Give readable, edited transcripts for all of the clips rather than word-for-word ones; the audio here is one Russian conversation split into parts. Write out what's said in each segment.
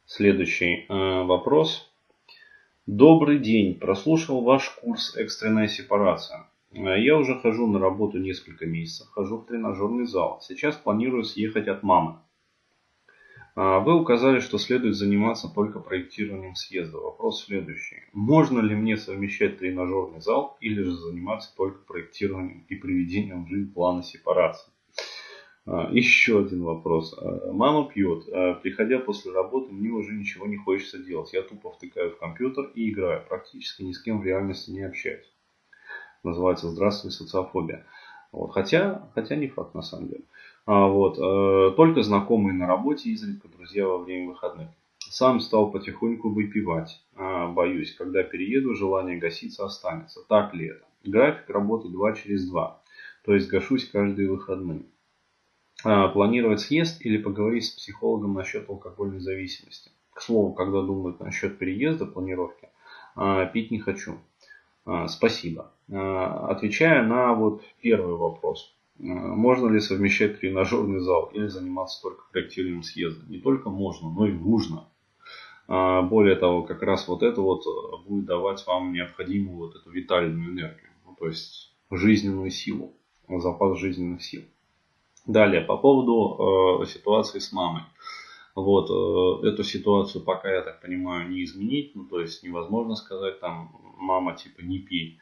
Следующий вопрос. Добрый день. Прослушал ваш курс «Экстренная сепарация». Я уже хожу на работу несколько месяцев, хожу в тренажерный зал. Сейчас планирую съехать от мамы. Вы указали, что следует заниматься только проектированием съезда. Вопрос следующий. Можно ли мне совмещать тренажерный зал или же заниматься только проектированием и приведением в жизнь плана сепарации? Еще один вопрос. Мама пьет. Приходя после работы, мне уже ничего не хочется делать. Я тупо втыкаю в компьютер и играю. Практически ни с кем в реальности не общаюсь. Называется «Здравствуй, социофобия». Вот. Хотя не факт на самом деле. Только знакомые на работе, изредка друзья во время выходных. Сам стал потихоньку выпивать. Боюсь, когда перееду, желание гаситься останется. Так ли это? График работы 2 через 2. То есть гашусь каждые выходные. Планировать съезд или поговорить с психологом насчет алкогольной зависимости. К слову, когда думают насчет переезда, планировки, пить не хочу. Спасибо. Отвечая на первый вопрос. Можно ли совмещать тренажерный зал или заниматься только проектированием съезда? Не только можно, но и нужно. Более того, как раз это будет давать вам необходимую эту витальную энергию. То есть жизненную силу, запас жизненных сил. Далее, по поводу ситуации с мамой. Эту ситуацию пока, я так понимаю, не изменить. То есть невозможно сказать, там, мама, типа, не пей.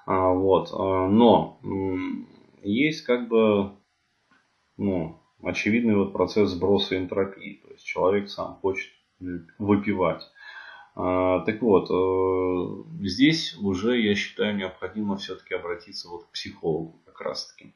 Но есть очевидный процесс сброса энтропии. То есть человек сам хочет выпивать. Здесь уже, я считаю, необходимо все-таки обратиться к психологу как раз таки.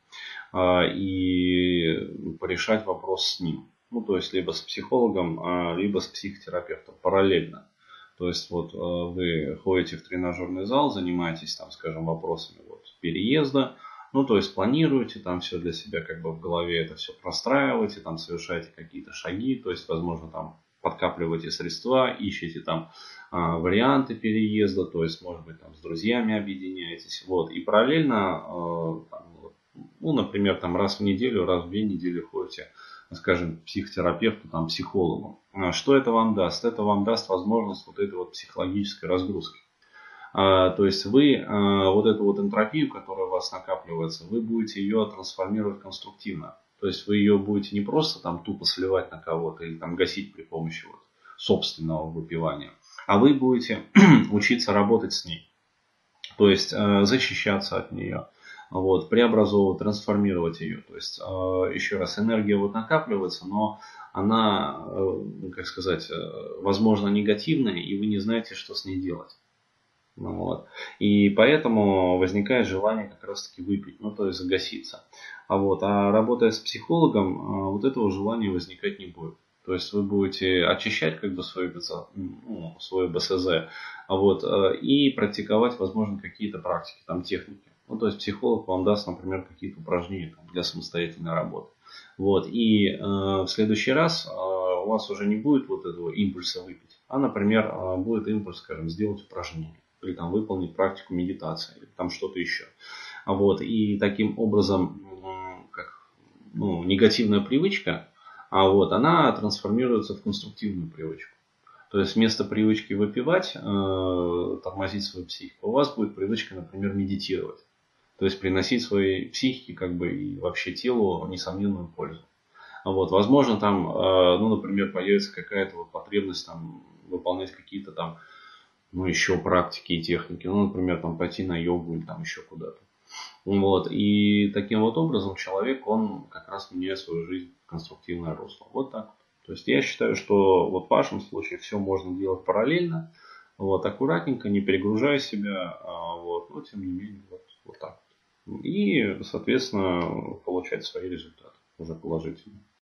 И порешать вопрос с ним. То есть либо с психологом, либо с психотерапевтом параллельно. То есть вы ходите в тренажерный зал, занимаетесь там, скажем, вопросами переезда. То есть планируете там все для себя в голове это все простраиваете, там совершаете какие-то шаги, то есть, возможно, там подкапливаете средства, ищете там варианты переезда, то есть, может быть, там с друзьями объединяетесь. И параллельно, например, там раз в неделю, раз в 2 недели ходите, скажем, к психотерапевту, там, психологу. Что это вам даст? Это вам даст возможность этой психологической разгрузки. То есть вы эту энтропию, которая у вас накапливается, вы будете ее трансформировать конструктивно. То есть вы ее будете не просто там тупо сливать на кого-то или там гасить при помощи собственного выпивания, а вы будете учиться работать с ней. То есть защищаться от нее, преобразовывать, трансформировать ее. То есть, еще раз, энергия накапливается, но она, возможно, негативная, и вы не знаете, что с ней делать. И поэтому возникает желание как раз таки выпить, то есть загаситься. А работая с психологом, этого желания возникать не будет. То есть вы будете очищать свой БСЗ, и практиковать, возможно, какие-то практики, там, техники. То есть психолог вам даст, например, какие-то упражнения для самостоятельной работы. И в следующий раз у вас уже не будет этого импульса выпить, а, например, будет импульс, скажем, сделать упражнение. Или там выполнить практику медитации, или там что-то еще. И таким образом, негативная привычка, она трансформируется в конструктивную привычку. То есть вместо привычки выпивать, тормозить свою психику, у вас будет привычка, например, медитировать. То есть приносить своей психике и вообще телу несомненную пользу. Возможно, там, например, появится какая-то потребность там, выполнять какие-то там еще практики и техники. Например, там пойти на йогу или там еще куда-то. И таким образом человек, он как раз меняет свою жизнь в конструктивное русло. Так. То есть я считаю, что в вашем случае все можно делать параллельно. Аккуратненько, не перегружая себя. Но тем не менее, так. И, соответственно, получать свои результаты уже положительные.